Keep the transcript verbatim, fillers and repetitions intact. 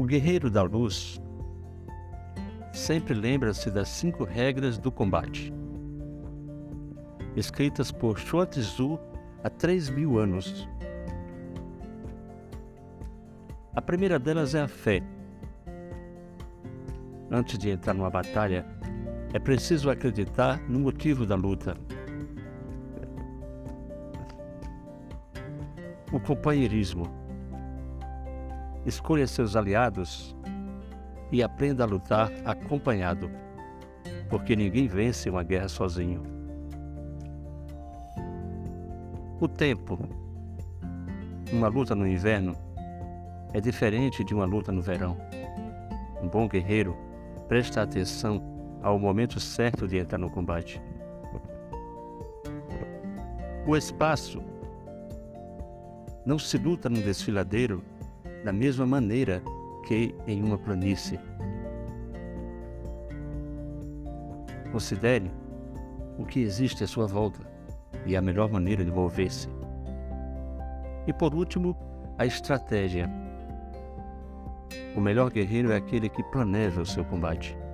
guerreiro da luz sempre lembra-se das cinco regras do combate, escritas por Chuan Tzu há três mil anos. A primeira delas é a fé. Antes de entrar numa batalha, é preciso acreditar no motivo da luta. O companheirismo. Escolha seus aliados e aprenda a lutar acompanhado, porque ninguém vence uma guerra sozinho. O tempo. Uma luta no inverno é diferente de uma luta no verão. Um bom guerreiro presta atenção ao momento certo de entrar no combate. O espaço. Não se luta num desfiladeiro da mesma maneira que em uma planície. Considere o que existe à sua volta e a melhor maneira de mover-se. E por último, a estratégia. O melhor guerreiro é aquele que planeja o seu combate.